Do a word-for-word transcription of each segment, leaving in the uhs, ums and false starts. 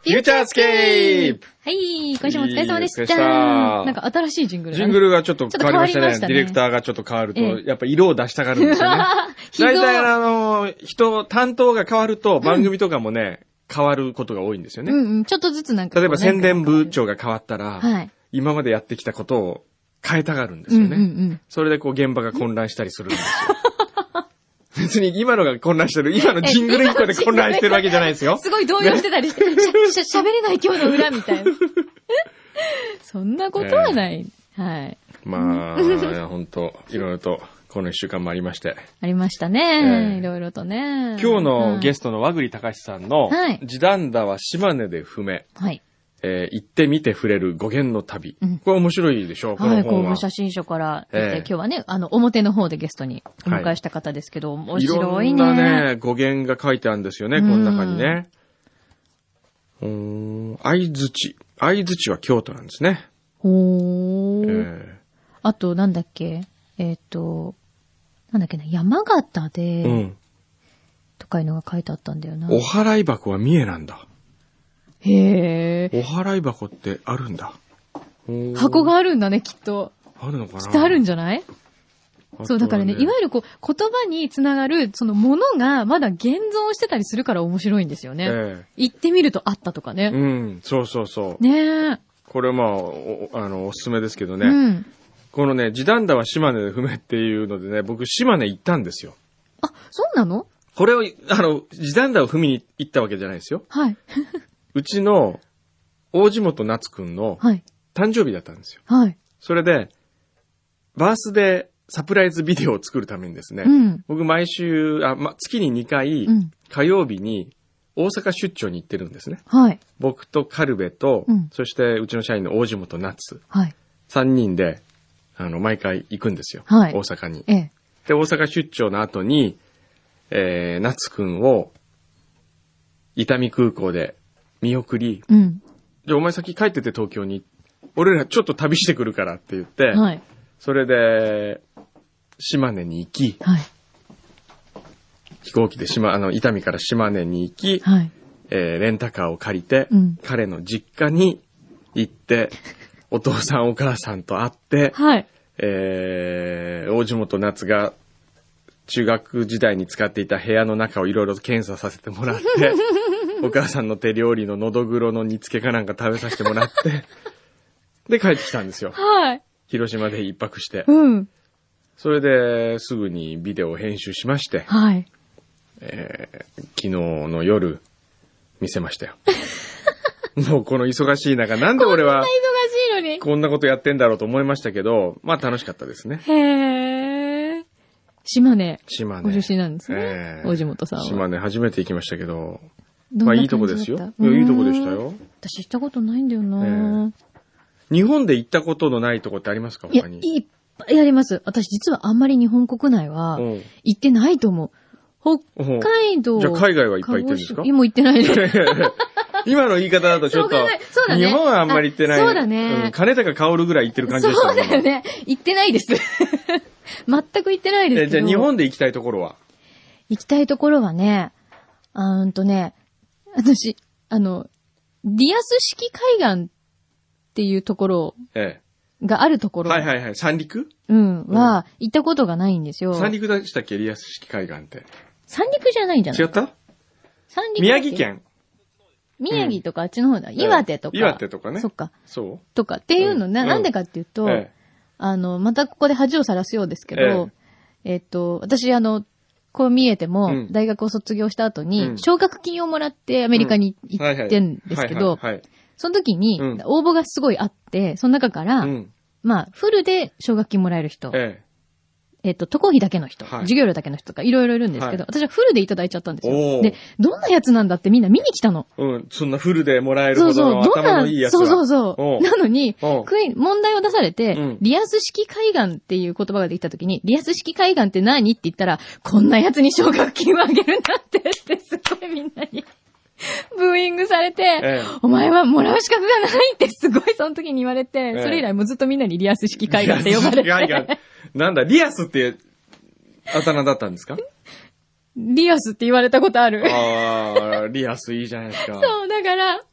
フューチャースケープ。 はい、今週もお疲れ様でした。 いいしたなんか新しいジングル、 ね、ジングルがちょっと変わりましたね。したねディレクターがちょっと変わると、ええ、やっぱ色を出したがるんですよね。大体あの、人、担当が変わると番組とかもね、うん、変わることが多いんですよね。 うんうん、ちょっとずつなんか。 例えば宣伝部長が変わったら、はい、今までやってきたことを変えたがるんですよね。うんうんうん、それでこう現場が混乱したりするんですよ。別に今のが混乱してる、今のジングル一個で混乱してるわけじゃないですよ。 すごい動揺してたりして、しゃ、しゃべれない今日の裏みたいな。そんなことはない。えー、はい。 まあ、いや本当いろいろと、この一週間もありまして。 ありましたね。いろいろとね。 今日のゲストの和栗隆さんの、はい、地団太は島根で不明。はい。えー、行ってみて触れる語源の旅。うん、これ面白いでしょう、この本は。はい、 公募写真書から出て、えー、今日はね、あの、表の方でゲストにお迎えした方ですけど、はい、面白いね。 いろんなね、語源が書いてあるんですよね、この中にね。うーん、相槌。相槌は京都なんですね。 ほー。えー、あと、なんだっけ、えっと、なんだっけな、山形で、うん、とかいうのが書いてあったんだよな。 お払い箱は三重なんだ。 へー。 お払い箱ってあるんだ。 箱があるんだね、きっと。 あるのかな？ きっとあるんじゃない？そう、だからね、いわゆるこう、言葉につながる、そのものがまだ現存してたりするから面白いんですよね。えー、行ってみるとあったとかね。 うん、そうそうそう。 ねえ。 これまあ、お、あの、おすすめですけどね。うん、このね、地団太は島根で不明っていうのでね、僕島根行ったんですよ。 あ、そうなの？ これを、あの、地団太を踏みに行ったわけじゃないですよ。 はい。 うちの、大地元夏くんの、誕生日だったんですよ。 はい。 それで、バースデーサプライズビデオを作るためにですね、うん、僕毎週、あ、ま、月ににかい、うん、火曜日に大阪出張に行ってるんですね。はい。僕とカルベと、うん、そしてうちの社員の大地元夏、はい。さんにんで、あの、毎回行くんですよ。はい。大阪に。ええ。で、大阪出張の後に、えー、夏くんを、伊丹空港で、見送り、うん、じゃあお前先帰ってて東京に、俺らちょっと旅してくるからって言って、はい、それで、島根に行き、はい、飛行機で島、あの、伊丹から島根に行き、はい、えー、レンタカーを借りて、うん、彼の実家に行って、お父さんお母さんと会って、はい、えー、大地元夏が中学時代に使っていた部屋の中をいろいろと検査させてもらって、お母さんの手料理ののどぐろの煮付けかなんか食べさせてもらって、で帰ってきたんですよ。はい。広島で一泊して。うん。それで、すぐにビデオを編集しまして、はい。えー、昨日の夜、見せましたよ。もうこの忙しい中、なんで俺は、こんな忙しいのに。 こんなことやってんだろうと思いましたけど、まあ楽しかったですね。 へー。島根。 島根。 ご出身なんですね。えー、大地元さんは。 島根初めて行きましたけど、まあいいとこですよ。いや、いいとこでしたよ。 私行ったことないんだよな、 えー、日本で行ったことのないとこってありますか？他に。 いや、いっぱいあります。私実はあんまり日本国内は行ってないと思う。北海道。 じゃあ海外はいっぱい行ってるんですか？ 今行ってないね。 今の言い方だとちょっと、そうだね、日本はあんまり行ってない。 そうだね。 うん、金高薫ぐらい行ってる感じですよね。 そうだよね。行ってないです。全く行ってないですけど。 じゃあ日本で行きたいところは？ 行きたいところはね、あーんとね、私、あの、リアス式海岸っていうところがあるところ。 はいはいはい。三陸？ うん。は、行ったことがないんですよ。 三陸でしたっけ？リアス式海岸って。 三陸じゃないんじゃない？ 違った？ 三陸。 宮城県。 宮城とかあっちの方だ。岩手とか。 岩手とかね。 そっか。 そう。 とかっていうのな、なんでかっていうと、あの、またここで恥をさらすようですけど、えっと、私あの、こう見えても、大学を卒業した後に、奨学金をもらってアメリカに行ってんですけど、その時に、応募がすごいあって、その中から、まあ、フルで奨学金もらえる人、えっと、渡航費だけの人、はい、授業料だけの人とかいろいろいるんですけど、はい、私はフルでいただいちゃったんですよ。で、どんなやつなんだってみんな見に来たの。 うん、そんなフルでもらえるほどの頭のいいやつは。 そうそうそうそう。なのに、問題を出されて、うん、リアス式海岸っていう言葉ができた時に、リアス式海岸って何って言ったら、こんなやつに奨学金をあげるんだってってすごいみんなに。ブーイングされて、ええ、お前はもらう資格がないってすごいその時に言われて、ええ、それ以来もうずっとみんなにリアス式海岸って呼ばれて。海岸。 なんだ、リアスってあだ名だったんですか？ リアスって言われたことある。 ああ、リアスいいじゃないですか。 そう、だから、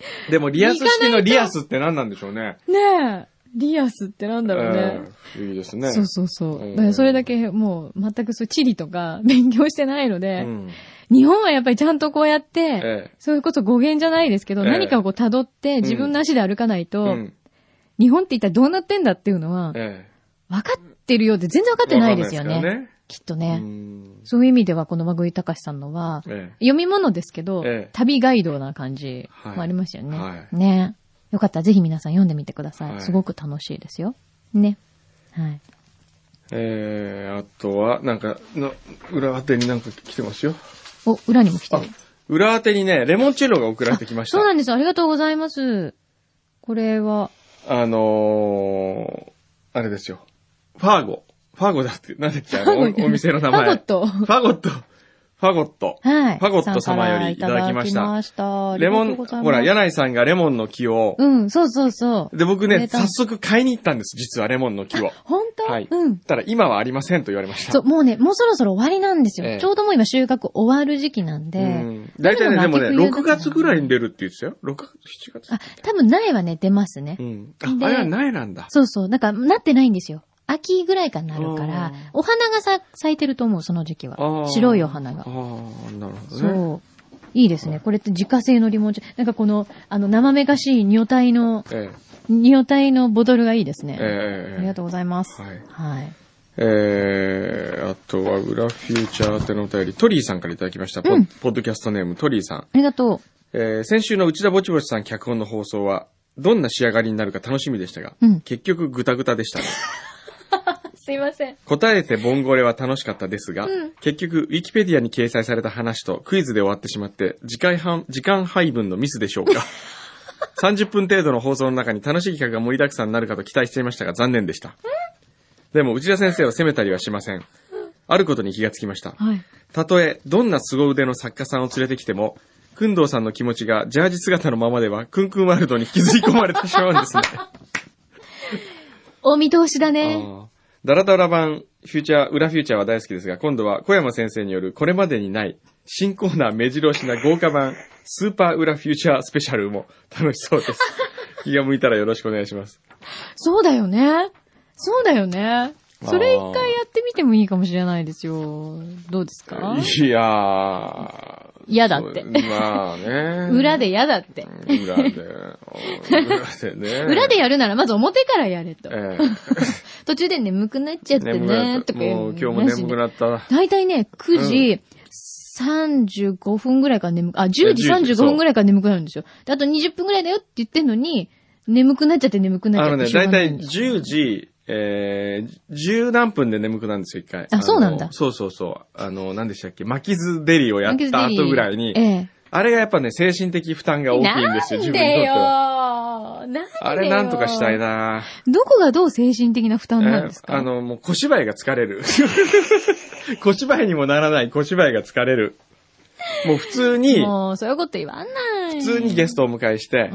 でもリアス式のリアスって何なんでしょうね。 ねえ。リアスってなんだろうね。 えー、いいですね。 そうそうそう。だからそれだけもう全くそう地理とか勉強してないので、うん、日本はやっぱりちゃんとこうやって、ええ、そういうこと語源じゃないですけど、え、何かをこう辿って自分の足で歩かないと、うん、日本って一体どうなってんだっていうのは、分かってるようで全然分かってないですよね。ねきっとね。そういう意味ではこの和栗隆さんのは、読み物ですけど、旅ガイドな感じもありますよね。はいはい、ね。よかったらぜひ皆さん読んでみてください。はい、すごく楽しいですよ。ね。はい。 えー、あとは、なんか、の、裏当てになんか来てますよ。 お、裏にも来てる。 裏当てにね、レモンチェロが送られてきました。 そうなんです。ありがとうございます。これは。 あのー、あれですよ。ファーゴ。ファーゴだって、なんだっけ、あの、お, お店の名前。 ファゴット。 ファゴット。ファゴット。 はい。 ファゴット様よりいただきました。 ましたレモン、ほら、柳井さんがレモンの木を。 うん、そうそうそう。 で、僕ね、早速買いに行ったんです、実はレモンの木を。 本当？ はい。 うん。 ただ、今はありませんと言われました。 そう、もうね、もうそろそろ終わりなんですよ。ええ、ちょうどもう今収穫終わる時期なんで。うん。 大体ね、でもね、ろくがつぐらいに出るって言ってたよ。ろくがつ、しちがつ。 あ、多分苗はね、出ますね。 うん。あ、あれは苗なんだ。 そうそう。だから、なってないんですよ。秋ぐらいかになるから、お花がさ咲いてると思う、その時期は。白いお花が。 ああ、なるほどね。 そう。いいですね。これって自家製のリモンチェ。なんかこの、あの、生めかしい女体の、ええ、女体のボトルがいいですね。ええ、ありがとうございます。はい。はい。 えー、あとは、裏フューチャー宛てのお便り、トリーさんからいただきました。うん、ポッドキャストネーム、トリーさん。ありがとう。 えー、先週の内田ぼちぼちさん脚本の放送は、どんな仕上がりになるか楽しみでしたが、うん、結局グタグタでしたね。 すいません。 答えてボンゴレは楽しかったですが、うん、結局、ウィキペディアに掲載された話とクイズで終わってしまって、時間半、時間配分のミスでしょうか。さんじゅっぷん程度の放送の中に楽しい企画が盛りだくさんになるかと期待していましたが、残念でした。でも、内田先生を責めたりはしません。あることに気がつきました。はい、たとえ、どんな凄腕の作家さんを連れてきても、くんどうさんの気持ちがジャージ姿のままでは、くんくんワールドに引きずり込まれてしまうんですね。 お見通しだね。 ダラダラ版フューチャー、裏フューチャーは大好きですが、今度は小山先生によるこれまでにない新コーナー目白押しな豪華版スーパー裏フューチャースペシャルも楽しそうです。気が向いたらよろしくお願いします。 そうだよね。そうだよね。それ一回やってみてもいいかもしれないですよ。どうですか？ いやー。 嫌だって。 まあね。 裏で嫌だって。 裏で。裏でね。 裏でやるならまず表からやれと。ええ、途中で眠くなっちゃってね、とか言う。 もう今日も眠くなった。 だいたいね、くじさんじゅうごふんぐらいから眠く、あ、じゅうじさんじゅうごふんぐらいから眠くなるんですよ。で、あとにじゅっぷんぐらいだよって言ってんのに、眠くなっちゃって眠くなっちゃって。 あのね、だいたいじゅうじ、えー、十何分で眠くなるんですよ、一回。 あ、そうなんだ。 そうそうそう。あの、何でしたっけ、巻きずデリをやった後ぐらいに、ええ、あれがやっぱね、精神的負担が大きいんですよ、自分にとっては。なんでよ。あれなんとかしたいな。 どこがどう精神的な負担なんですか？ えー、あの、もう小芝居が疲れる。小芝居にもならない小芝居が疲れる。もう普通に、 もうそういうこと言わんない。 普通にゲストをお迎えして、 うん、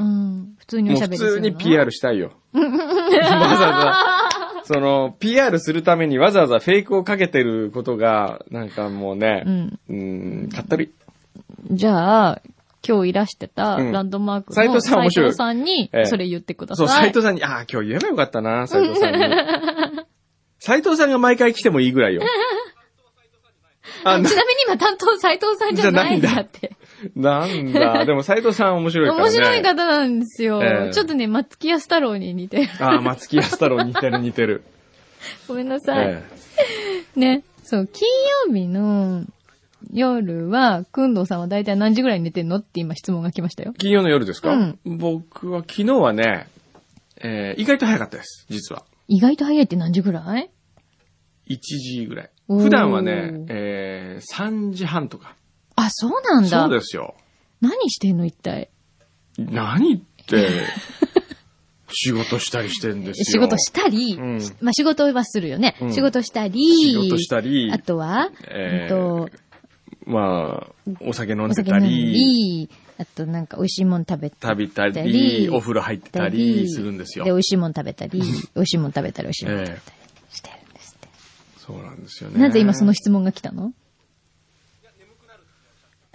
普通におしゃべりするの。 普通に ピーアール したいよ。わざわざ、その、ピーアール するためにわざわざフェイクをかけてることが、なんかもうね、うん、うーん、かったり。 じゃあ、今日いらしてたランドマークの斉藤さん面白い。斉藤さんにそれ言ってください。 そう、斉藤さんに、ああ、今日言えばよかったな、斉藤さんに。斉藤さんが毎回来てもいいぐらいよ。 あ、ちなみに今担当斉藤さんじゃないんだって。 なんだ。でも斉藤さん面白いからね。 面白い方なんですよ。えー、ちょっとね、松木安太郎に似てる。 ああ、松木安太郎似てる似てる。 ごめんなさい。えー、ね。そう、金曜日の夜は、くんどうさんはだいたい何時ぐらいに寝てんのって今質問が来ましたよ。 金曜の夜ですか？うん、僕は昨日はね、えー、意外と早かったです、実は。 意外と早いって何時ぐらい？ いちじぐらい。普段はね、えー、さんじはんとか。 あ、そうなんだ。 そうですよ。 何してんの一体。 何って、仕事したりしてんですよ。 仕事したり、うん、まあ仕事はするよね。うん、仕事したり、 仕事したり、 あとは、えー、とまあ、お酒飲んでたり、 あとなんか美味しいもん食べたり、 食べたり、お風呂入ってたりするんですよ。 で、美味しいもん食べたり、美味しいもん食べたり、美味しいもん食べたりしてるんですって。 そうなんですよね。 なぜ今その質問が来たの？あ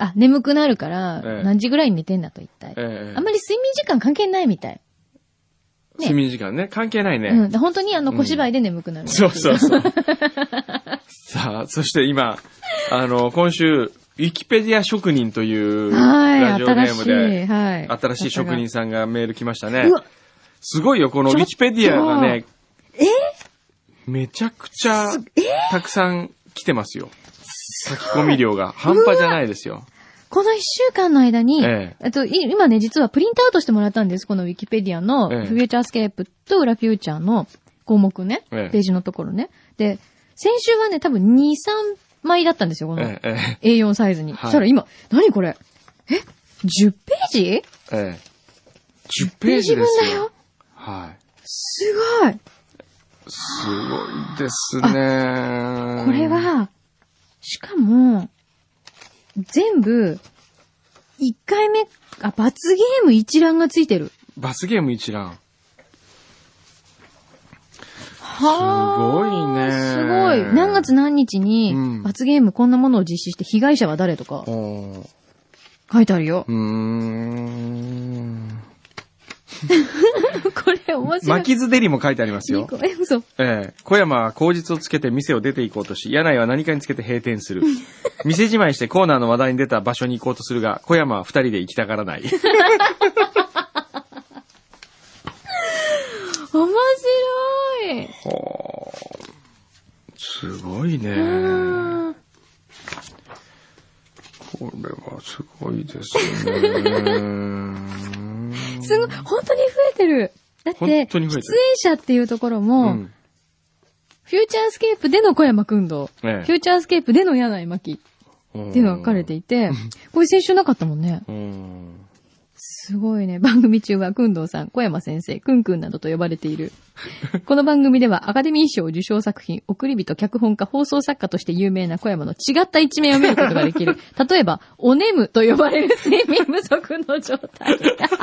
あ、眠くなるから、ええ、何時ぐらいに寝てんだと一体、ええ。あんまり睡眠時間関係ないみたい。 ね、睡眠時間ね。関係ないね。 うん。本当にあの小芝居で眠くなる、うん。 そうそうそう。さあ、そして今、あの、今週、ウィキペディア職人というラジオネームで、はい、新しい職人さんがメール来ましたね。すごいよ、このウィキペディアがね、 えめちゃくちゃたくさん来てますよ。書き込み量が半端じゃないですよ。 この一週間の間に、ええ、と今ね、実はプリントアウトしてもらったんです。このウィキペディアのフューチャースケープと裏フューチャーの項目ね、ええ、ページのところね。で、先週はね、多分に、さんまいだったんですよ、この エーよん サイズに。そしたら今、何これえ ?じゅっ ページええ。じゅっページですよ。 じゅっページ分だよ。 はい。 すごい。 すごいですね。 これは、しかも、全部、いっかいめ、あ、罰ゲーム一覧がついてる。 罰ゲーム一覧。 はあ、 すごいね。すごい。何月何日に、罰ゲームこんなものを実施して被害者は誰とか、書いてあるよ。 うーん。 これ面白い。 巻きずデリも書いてありますよ。 え、嘘。 ええ。小山は口実をつけて店を出て行こうとし、柳井は何かにつけて閉店する。店じまいしてコーナーの話題に出た場所に行こうとするが、小山は二人で行きたがらない。 面白い。 はあ、すごいね。これはすごいですね。 すごい、本当に増えてる。だって、出演者っていうところも、うん、フューチャースケープでの小山君堂、ええ、フューチャースケープでの柳井真紀っていうのが書かれていて、これ先週なかったもんね。うんすごいね。番組中は、くんどうさん、小山先生、くんくんなどと呼ばれている。この番組では、アカデミー賞受賞作品、送り人、脚本家、放送作家として有名な小山の違った一面を見ることができる。例えば、お眠と呼ばれる睡眠不足の状態。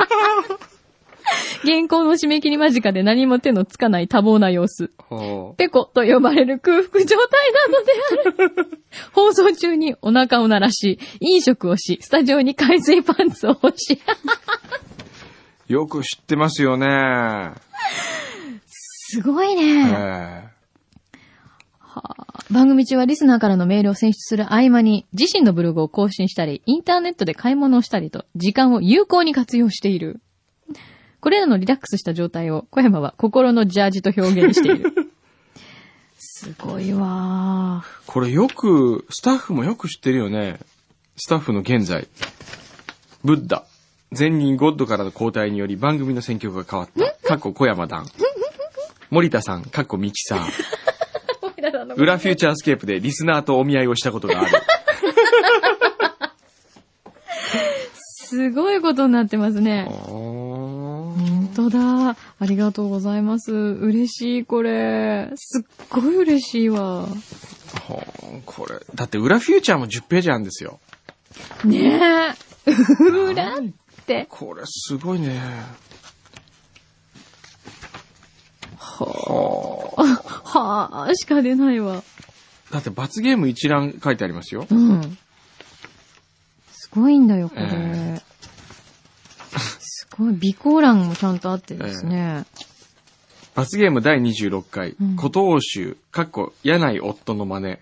原稿の締め切り間近で何も手のつかない多忙な様子。ペコと呼ばれる空腹状態なのである。放送中にお腹を鳴らし、飲食をし、スタジオに海水パンツを干し。 よく知ってますよね。 すごいね。はあ、番組中はリスナーからのメールを選出する合間に、自身のブログを更新したり、インターネットで買い物をしたりと、時間を有効に活用している。これらのリラックスした状態を小山は心のジャージと表現している。すごいわー。 これよく、スタッフもよく知ってるよね。スタッフの現在。ブッダ。前任ゴッドからの交代により番組の選曲が変わった。かっこ小山団。森田さん、かっこミキさん。裏フューチャースケープでリスナーとお見合いをしたことがある。 すごいことになってますね。本当だ。ありがとうございます。嬉しい、これ。すっごい嬉しいわ。はあ、これ。だって裏フューチャーもじゅっページあるんですよ。 ねえ。裏って。 これすごいね。 はあ。はあ、しか出ないわ。 だって罰ゲーム一覧書いてありますよ。 うん。すごいんだよ、これ。えーすごい。備考欄もちゃんとあってですね。えー、 罰ゲームだいにじゅうろっかい、うん、古東州、かっこ、柳井夫の真似。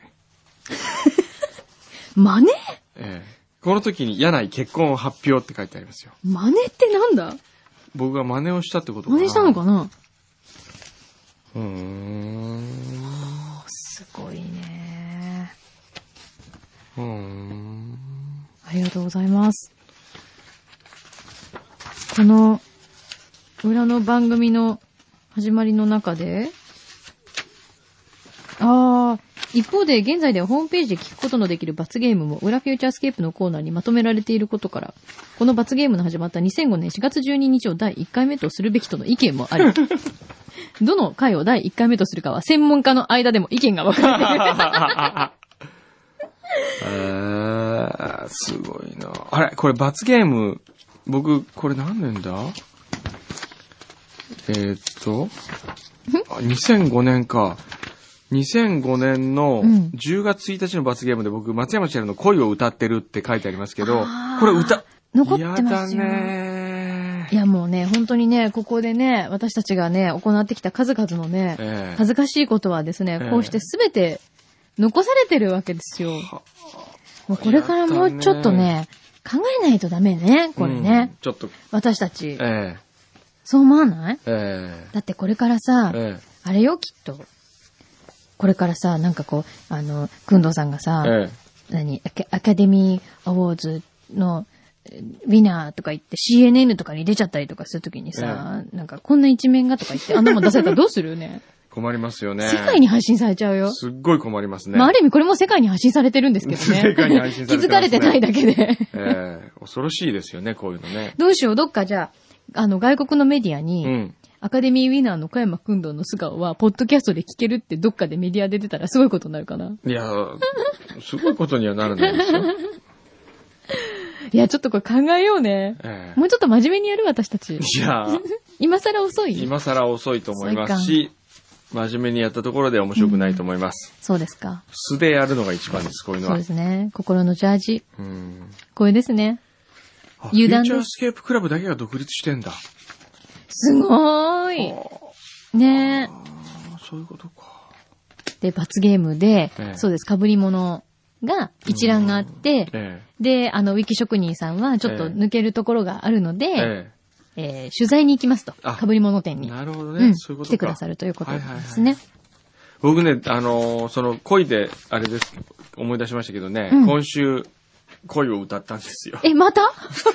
真似、 えー、この時に柳井結婚を発表って書いてありますよ。 真似ってなんだ？ 僕が真似をしたってことかな。 真似したのかな？ うーん。 すごいね。 うーん。 ありがとうございます。この裏の番組の始まりの中で、ああ、一方で現在ではホームページで聞くことのできる罰ゲームも裏フューチャースケープのコーナーにまとめられていることから、この罰ゲームの始まったにせんごねんしがつじゅうににちをだいいっかいめとするべきとの意見もあり、どの回をだいいっかいめとするかは専門家の間でも意見が分かれている。 えー、すごいな。あれ、これ罰ゲーム、僕、これ何年だ？えー、っと、あ、にせんごねんか。 にせんごねんのじゅうがつついたちの罰ゲームで僕、松山千春の恋を歌ってるって書いてありますけど、これ歌、 残ってますよ。 やだね。 いやもうね、本当にね、ここでね、私たちがね、行ってきた数々のね、えー、恥ずかしいことはですね、えー、こうしてすべて残されてるわけですよ。もうこれからもうちょっとね、考えないとダメね、これね。 うん、ちょっと。 私たち。 えー、 そう思わない、 えー、 だってこれからさ、 えー、 あれよ、きっと。これからさ、なんかこう、あの、くんどうさんがさ、ええ、何アカ、アカデミーアワーズのウィナーとか言って シーエヌエヌ とかに出ちゃったりとかするときにさ、ええ、なんかこんな一面がとか言ってあんなもん出されたらどうするね。 困りますよね。 世界に発信されちゃうよ。 すっごい困りますね。 まあ、ある意味これも世界に発信されてるんですけどね。 世界に発信されてますね。 気づかれてないだけで。 ええ、恐ろしいですよね、こういうのね。 どうしよう、どっかじゃあ、あの、外国のメディアに、うん、アカデミーウィナーの小山くんどうの素顔は、ポッドキャストで聞けるってどっかでメディアで出たらすごいことになるかな。 いや、すごいことにはならないですよ。 いや、ちょっとこれ考えようね。えー、もうちょっと真面目にやる私たち。 いや、 今更遅い今更遅いと思いますし、真面目にやったところで面白くないと思います。 うん、そうですか。 素でやるのが一番です、こういうのは。 そうですね。心のジャージ。うん、これですね。 油断です。フューチャースケープクラブだけが独立してんだ。 すごーい。ねえ。 そういうことか。 で、罰ゲームで、ええ、そうです、被り物が一覧があって、ええ、で、あの、ウィキ職人さんはちょっと抜けるところがあるので、えええー、取材に行きますと。被り物店に。 なるほどね。うん、そういうことか。 来てくださるということですね。はいはいはい、 僕ね、あのー、その恋で、あれです、思い出しましたけどね、うん、今週、恋を歌ったんですよ。 え、また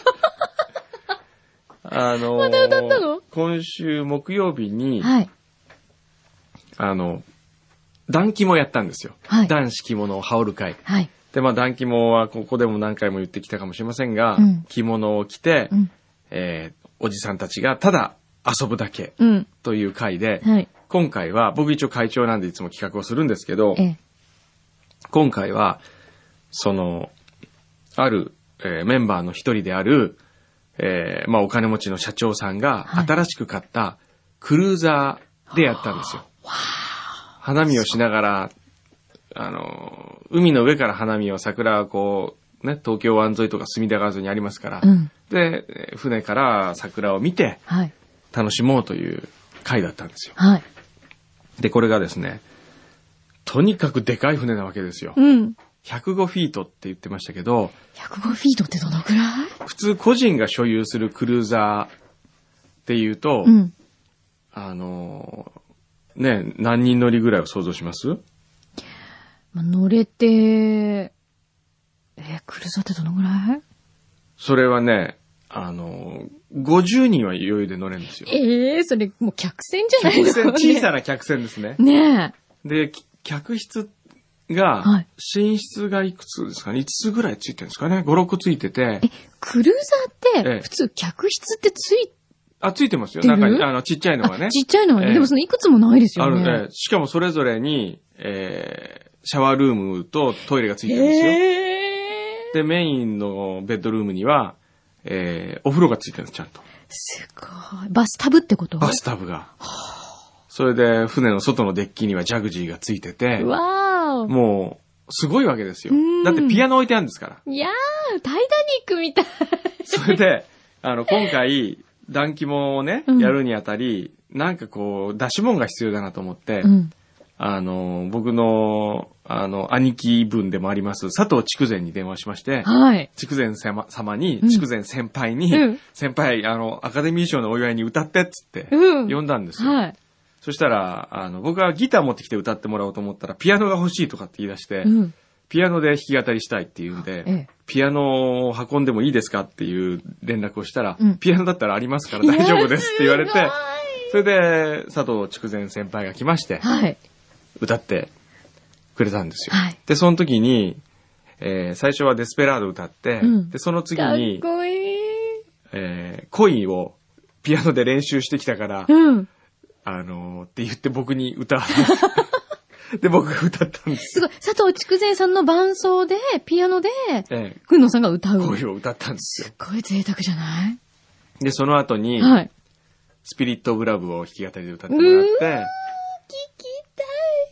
あのー、 まだ歌ったの？ 今週木曜日に、 はい、 あの、団肝やったんですよ。はい、男子着物を羽織る会。はい、で、まあ団肝はここでも何回も言ってきたかもしれませんが、うん、着物を着て、うん、えー、おじさんたちがただ遊ぶだけという会で、うんはい、今回は、僕一応会長なんでいつも企画をするんですけど、え今回は、その、ある、えー、メンバーの一人である、えー、まあお金持ちの社長さんが新しく買ったクルーザーでやったんですよ。はい、花見をしながら、あの、海の上から花見を桜はこう、ね、東京湾沿いとか隅田川沿いにありますから、うん、で、船から桜を見て、楽しもうという会だったんですよ。はい、で、これがですね、とにかくでかい船なわけですよ。うんひゃくごフィートって言ってましたけど。 ひゃくごフィートってどのくらい？ 普通個人が所有するクルーザーっていうと、うん、あの、ね、何人乗りぐらいを想像します？ まあ、乗れて、えー、クルーザーってどのぐらい？ それはね、あの、ごじゅうにんは余裕で乗れるんですよ。 ええー、それもう客船じゃないの？ 客船、小さな客船ですね。 ねえ。で、客室が、はい、寝室がいくつですかね ?いつ つぐらいついてるんですかね ?ご、ろくついてて。 え、クルーザーって、普通客室ってついてあ、ついてますよ。中に、あの、ちっちゃいのがね。 ちっちゃいのがね。えー、でもそのいくつもないですよね。 あるね。しかもそれぞれに、えー、シャワールームとトイレがついてるんですよ。えー、で、メインのベッドルームには、えー、お風呂がついてるんです、ちゃんと。 すごい。バスタブってこと？ バスタブが。それで、船の外のデッキにはジャグジーがついてて。 わー。 もう、すごいわけですよ。だってピアノ置いてあるんですから。 いやー、タイタニックみたい。 それで、あの、今回、団肝をね、うん、やるにあたり、なんかこう、出し物が必要だなと思って、うん、あの、僕の、あの、兄貴分でもあります、佐藤筑前に電話しまして、はい。筑前様様に、うん、筑前先輩に、うん、先輩、あの、アカデミー賞のお祝いに歌ってっつって、呼んだんですよ。はい。そしたら、あの、僕はギター持ってきて歌ってもらおうと思ったら、ピアノが欲しいとかって言い出して、うん、ピアノで弾き語りしたいって言うんで、ええ、ピアノを運んでもいいですかっていう連絡をしたら、うん、ピアノだったらありますから大丈夫ですって言われて、それで、佐藤筑前先輩が来まして、はい、歌ってくれたんですよ。はい、で、その時に、えー、最初はデスペラード歌って、うん、で、その次に、 かっこいい、 えー、恋をピアノで練習してきたから、うんあのー、って言って僕に歌わせで、僕が歌ったんです。 すごい。佐藤筑前さんの伴奏で、ピアノで、ええ、くんのさんが歌う。 恋を歌ったんですよ。 すごい贅沢じゃない？ で、その後に、はい、スピリットオブラブを弾き語りで歌ってもらって、 うー聞きたい。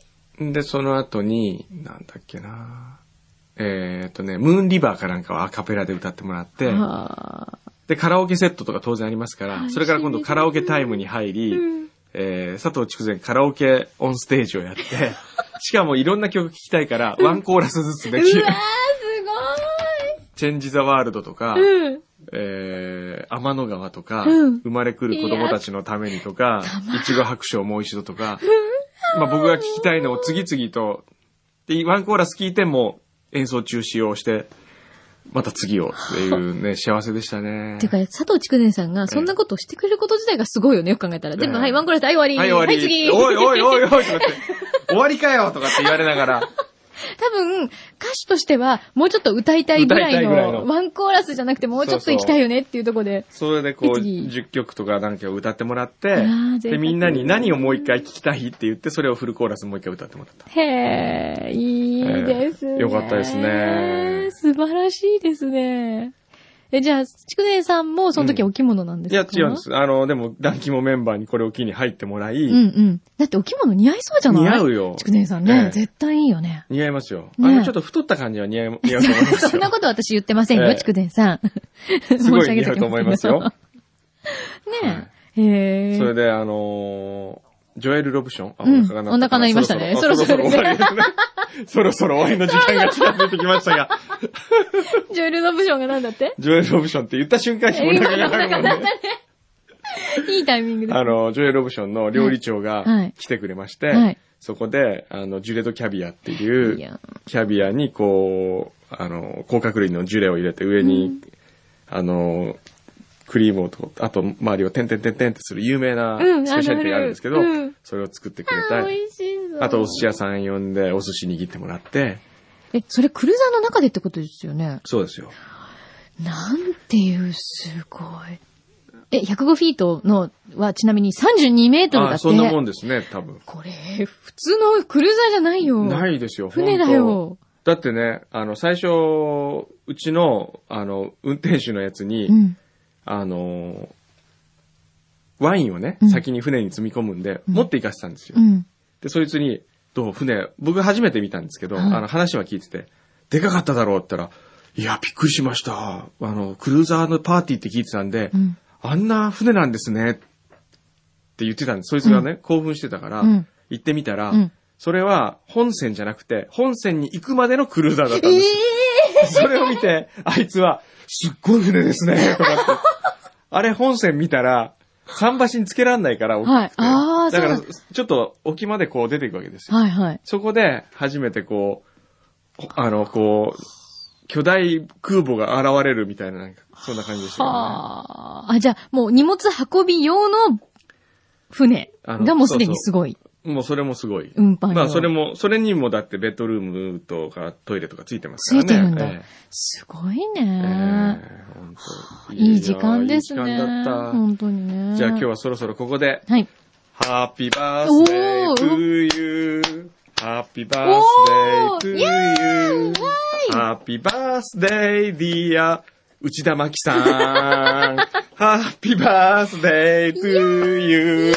で、その後に、なんだっけな。えー、っとね、ムーンリバーかなんかをアカペラで歌ってもらって、で、カラオケセットとか当然ありますから、それから今度カラオケタイムに入り、うん、えー、佐藤筑前カラオケオンステージをやって、しかもいろんな曲聴きたいから、ワンコーラスずつできる。 うわー、すごい。 チェンジザワールドとか、うん、えー、天の川とか、うん、生まれ来る子供たちのためにとか、いちご白書をもう一度とか、まあ僕が聴きたいのを次々と、で、ワンコーラス聴いても演奏中止をして、また次をっていうね、幸せでしたね。 てか、佐藤筑前さんがそんなことをしてくれること自体がすごいよね、よく考えたら。全部、はい、ワンコーラス、はい、終わり。 はい、終わり。 はい、次。 おいおいおいおいとかって、終わりかよとかって言われながら。 多分、歌手としては、もうちょっと歌いたいぐらいの、ワンコーラスじゃなくてもうちょっと行きたいよねっていうところで。 それでこう、じゅっきょくとか何かを歌ってもらって、で、みんなに何をもう一回聞きたいって言って、それをフルコーラスもう一回歌ってもらった。 へー、いいですね。 よかったですね。 素晴らしいですね。え、じゃあ、筑前さんもその時お着物なんですか？ うん、いや、違うんです。あの、でも、団肝メンバーにこれを機に入ってもらい。 うんうん。だってお着物似合いそうじゃない？ 似合うよ。 筑前さんね、ええ。絶対いいよね。 似合いますよ。ね、あの、ちょっと太った感じは似合い、似合うと思いますよ。 そんなこと私言ってませんよ、筑前さん。 すごい似合うと思いますよ。 ねえ。はい、へえ。 それで、あのー、ジョエル・ロブション、あ、 お腹が鳴った、うん、お腹鳴りましたね。そろそろそろそろ終わりですね。そろそろ終わりの時間が近づいてきましたが。 ジョエル・ロブションがなんだって？ ジョエル・ロブションって言った瞬間にお腹が鳴るもんね。 いいタイミングです、ね。 あの、ジョエル・ロブションの料理長が来てくれまして、はいはい、そこで、あの、ジュレドキャビアっていう、キャビアにこう、あの、甲殻類のジュレを入れて上に、うん、あの、クリームをと、あと周りをテンテンテンテンってする有名なスペシャリティがあるんですけど、うん、それを作ってくれたり、あ, あとお寿司屋さん呼んでお寿司握ってもらって。 え、それクルーザーの中でってことですよね？ そうですよ。 なんていうすごい。え、ひゃくごフィートのはちなみにさんじゅうにメートルだって。あ、 そんなもんですね、多分。 これ、普通のクルーザーじゃないよ。 ないですよ。 船だよ。 だってね、あの、最初、うちの、あの、運転手のやつに、うん、あの、ワインをね、うん、先に船に積み込むんで、うん、持って行かせたんですよ。うん、で、そいつに、どう船、僕初めて見たんですけど、はい、あの話は聞いてて、でかかっただろうって言ったら、いや、びっくりしました。あの、クルーザーのパーティーって聞いてたんで、うん、あんな船なんですね。って言ってたんです。そいつがね、うん、興奮してたから、うん、行ってみたら、うん、それは本線じゃなくて、本線に行くまでのクルーザーだったんです。えー、それを見て、あいつは、すっごい船ですね、とかって。あれ本線見たら、桟橋につけらんないから、 はい。ああ、 だから、ちょっと沖までこう出ていくわけですよ。 はいはい。 そこで、初めてこう、あの、こう、巨大空母が現れるみたいな、なんか、そんな感じでしたね。 はあ。あ、じゃあ、もう荷物運び用の船がもうすでにすごい。 そうそうもうそれもすごい。 運搬用。 まあそれも、それにもだってベッドルームとかトイレとかついてますからね。 ついてるんだ。 ええ、 すごいね。えー、 本当いい時間ですね。 いい時間だった。 本当にね。 じゃあ今日はそろそろここで。 はい。 ハッピーバースデートゥーユー。ハッピーバースデートゥーユー。ハッピーバースデーディア内田真希さん。ハッピーバースデートゥーユー。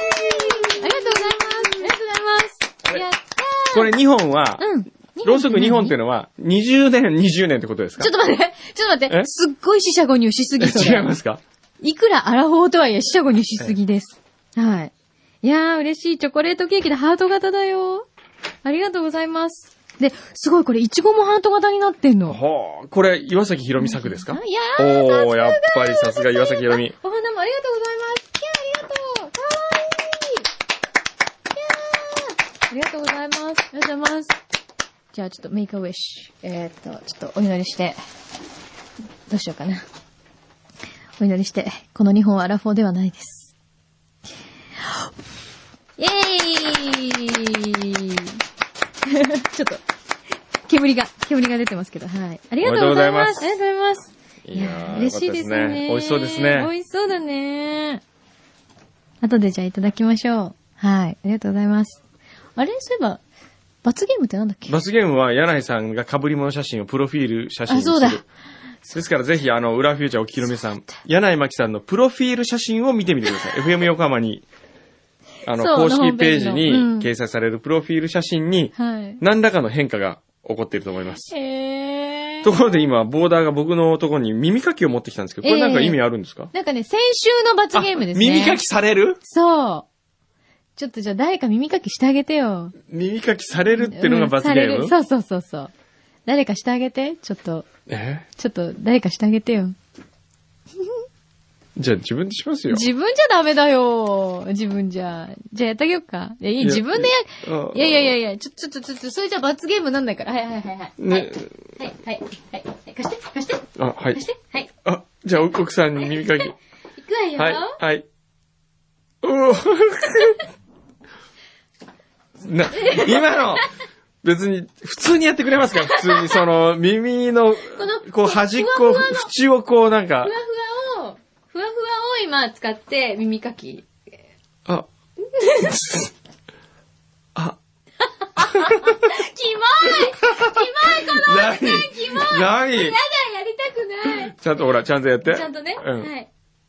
これにほんは、うん。ろうそくにほんっていうのは、にじゅうねん、にじゅうねんってことですか？ ちょっと待って、ちょっと待って、すっごい四捨五入しすぎそれ。 違いますか？ いくらアラフォーとはいえ四捨五入しすぎです。はい。いやー、嬉しい。チョコレートケーキでハート型だよ。ありがとうございます。で、すごい、これ、いちごもハート型になってんの。 はぁ、これ、岩崎ひろみ作ですか？ いやー、 おー、やっぱりさすが岩崎ひろみ。 お花もありがとうございます。キャー、ありがとう。かわいい。キャー。ありがとうございます。ありがとうございます。じゃあ、ちょっと、メイクアウィッシュ。えー、っと、ちょっと、お祈りして。どうしようかな。お祈りして。このにほんはアラフォーではないです。イェーイちょっと、煙が、煙が出てますけど、はい。ありがとうございます。ありがとうございます。いやー、嬉しいですね。 美味しそうですね。 美味しそうだね。後でじゃあいただきましょう。はい。ありがとうございます。あれそういえば、罰ゲームってなんだっけ？ 罰ゲームは、柳井さんが被り物写真をプロフィール写真にする。あ、そうだ。ですからぜひ、あの、裏フューチャーお聞きの皆さん、柳井真紀さんのプロフィール写真を見てみてください。エフエム 横浜にあの、公式ページに掲載されるプロフィール写真に、何らかの変化が起こっていると思います。 へー。 ところで今、ボーダーが僕のところに耳かきを持ってきたんですけど、これなんか意味あるんですか？ なんかね、先週の罰ゲームですね。 耳かきされる？ そう。ちょっとじゃあ誰か耳かきしてあげてよ。 耳かきされるっていうのが罰ゲーム？ うん、そうそうそうそう。誰かしてあげて。ちょっと。え？ちょっと誰かしてあげてよ。 じゃあ自分でしますよ。 自分じゃダメだよ。自分じゃ。じゃあやってあげようか。いや、いい、自分でや、いやいやいやいや、ちょ、ちょ、ちょ、ちょ、それじゃ罰ゲームなんないから。はいはいはいはい。ね。はい、はい、はい、はい。貸して、貸して。 あ、はい。 貸して、はい。 あ、じゃあ奥さんに耳かき。 いくわよ。 はい、はい。うおな、今の、別に、普通にやってくれますか？普通に、その、耳の、こう、端っこ、縁をこう、なんか。 ふわふわを、ふわふわを今使って耳かき。 あ。あ。 キモいキモいこのおじさんキモい何？ やだ、やりたくない。 ちゃんとほら、ちゃんとやって。 ちゃんとね。うん、はい。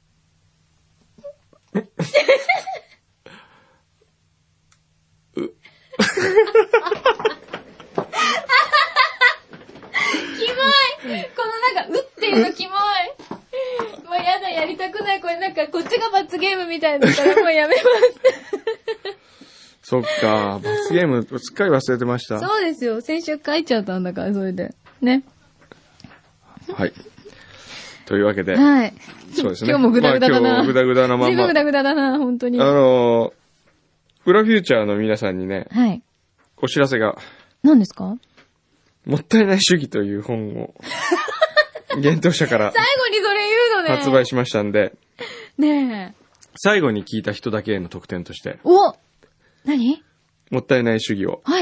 キモいこのなんか、うっていうのキモいもうやだ、やりたくない。これなんか、こっちが罰ゲームみたいだからもうやめます。 そっか、罰ゲーム、すっかり忘れてました。 そうですよ。先週書いちゃったんだから、それで。ね。 はい。というわけで。 はい。 そうですね。 今日もグダグダだな。 まあ、今日もグダグダなまんま。 全部グダグダだな、本当に。 あのー、フラフューチャーの皆さんにね。 はい。 お知らせが。 何ですか？ もったいない主義という本を、幻冬舎から最後にそれ言うのね。 発売しましたんで。 ねえ。 最後に聞いた人だけへの特典として。 お！何？ もったいない主義を。 はい。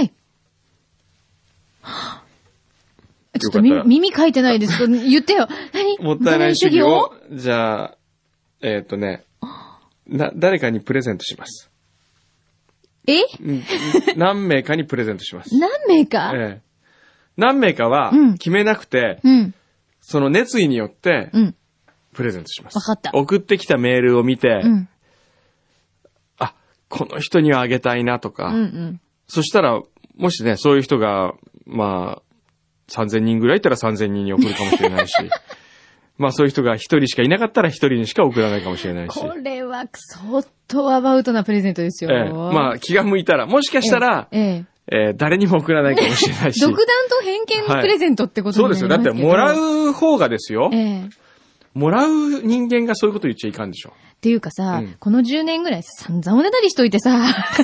ちょっと耳、耳書いてないですと言ってよ。何？ もったいない主義を、じゃあ、えー、っとね、な、誰かにプレゼントします。 え？ 何名かにプレゼントします。 何名か？ ええ。何名かは決めなくて、 うん、その熱意によって、プレゼントします。 わかった。 送ってきたメールを見て、うん、あ、この人にはあげたいなとか、うんうん、そしたら、もしね、そういう人が、まあ、さんぜんにんぐらいいたらさんぜんにんに送るかもしれないし、まあそういう人が一人しかいなかったら一人にしか送らないかもしれないし。 これは相当アバウトなプレゼントですよ。 ええ、まあ気が向いたら、もしかしたら、ええええ、誰にも送らないかもしれないし。 独断と偏見のプレゼントってことになりますけど、 はい、そうですよ。だってもらう方がですよ。 ええ、 もらう人間がそういうこと言っちゃいかんでしょ。 っていうかさ、うん、このじゅうねんぐらい散々おねだりしといてさ、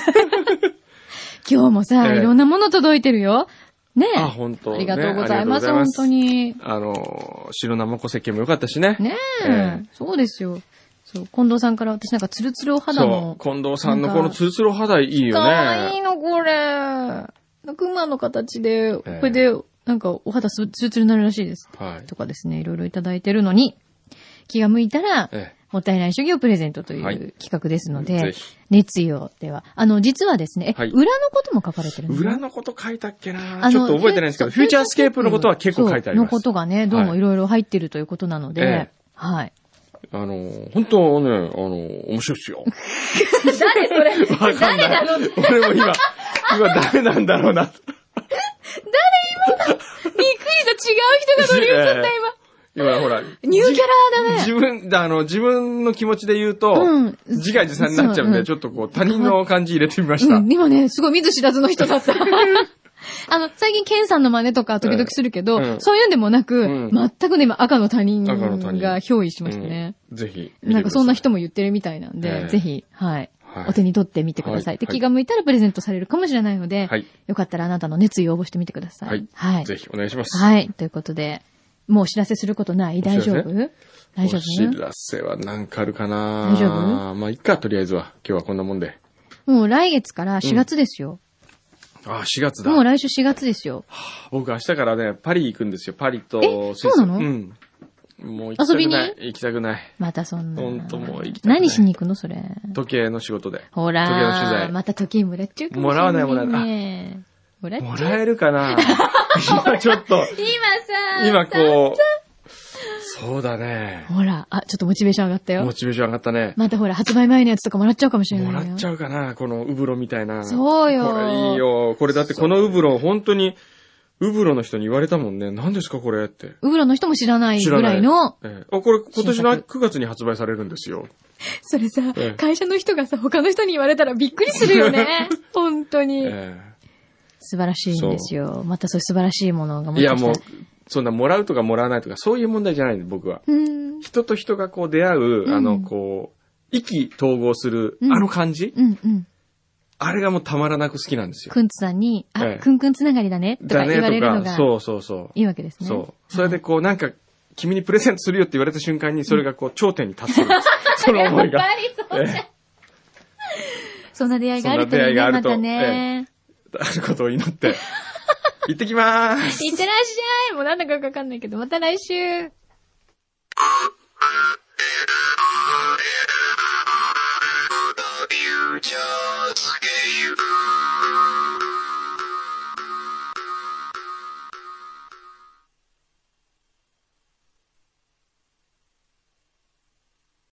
今日もさ、ええ、いろんなもの届いてるよ。ねえ。 あ、本当。 ありがとうございます、ね、本当に。 あの、白生小石鹸も良かったしね。 ねえ、えー、そうですよ。そう、近藤さんから私なんかツルツルお肌の。 そう、近藤さんのこのツルツルお肌いいよね。かわいいの、これ。熊の形で、これで、なんかお肌ツルツルになるらしいです。はい。とかですね、いろいろいただいてるのに、気が向いたら、ええ、もったいない主義をプレゼントという企画ですので、はい、熱意をでは。あの、実はですね、はい、裏のことも書かれてるんですか？裏のこと書いたっけな、ちょっと覚えてないんですけど、フューチャースケープのことは結構書いてあります。 のことがね、どうもいろいろ入ってるということなので、はい。はい、 あの、本当ね、あの、面白いっすよ。 誰それ誰なの？ 俺も今、今誰なんだろうな。 誰今のびっくりした。違う人が乗り移った今。 今ほら。 ニューキャラだね。 自分、あの、自分の気持ちで言うと、うん、自画自賛になっちゃうんで、うん、ちょっとこう、他人の感じ入れてみました。 うん、今ね、すごい見ず知らずの人だった。あの、最近、ケンさんの真似とか時々するけど、うん、そういうんでもなく、うん、全くね、今赤の他人が憑依しましたね。 うん、ぜひ。 なんかそんな人も言ってるみたいなんで、えー、ぜひ、はい。はい、お手に取ってみてください。はい、で、気が向いたらプレゼントされるかもしれないので、はい、よかったらあなたの熱意を応募してみてください。はい。 はい、ぜひお願いします。 はい。ということで、もうお知らせすることない？大丈夫？大丈夫？ お知らせはなんかあるかな？ 大丈夫？ まあ、いっか、とりあえずは。今日はこんなもんで。 もう来月からしがつですよ。 うん、ああ、しがつだ。 もう来週しがつですよ。 はあ、僕明日からね、パリ行くんですよ。パリとスイス。え、そうなの？ うん。もう行きたくない。遊びに？行きたくない。 またそんな。 ほんともう行きたくない。 何しに行くのそれ。 時計の仕事で。 ほら。 時計の取材。 また時計もらっちゃうかもしれない、ね。もらわないもらわない。もらっちゃう。 もらえるかな今ちょっと。 今さ。 今こう。 そうだね。 ほら、あ、ちょっとモチベーション上がったよ。 モチベーション上がったね。 またほら、発売前のやつとかもらっちゃうかもしれないよ。 もらっちゃうかな、このウブロみたいな。 そうよ。 これいいよ。これだってこのウブロ、本当に、ウブロの人に言われたもんね。何ですかこれって。 ウブロの人も知らないぐらいの。 ええ、あ、これ今年のくがつに発売されるんですよ。 それさ、ええ、会社の人がさ、他の人に言われたらびっくりするよね。本当に、ええ。素晴らしいんですよ。またそういう素晴らしいものがもいやもう、そんなもらうとかもらわないとか、そういう問題じゃないんです、僕は。 うん人と人がこう出会う、うん、あの、こう、意気統合する、うん、あの感じ、うんうん、あれがもうたまらなく好きなんですよ。 くんつさんに、あ、ええ、くんくんつながりだね、とか言われるのが、 そうそうそう。 いいわけですね。 そう。それでこう、なんか、君にプレゼントするよって言われた瞬間に、それがこう、頂点に達するんです。その思いが。 やっぱりそうね。ええ、そんな出会いがあるといいね、またね。 ええ、あることを祈って。行ってきまーす。 行ってらっしゃい。もうなんだかわかんないけど、また来週。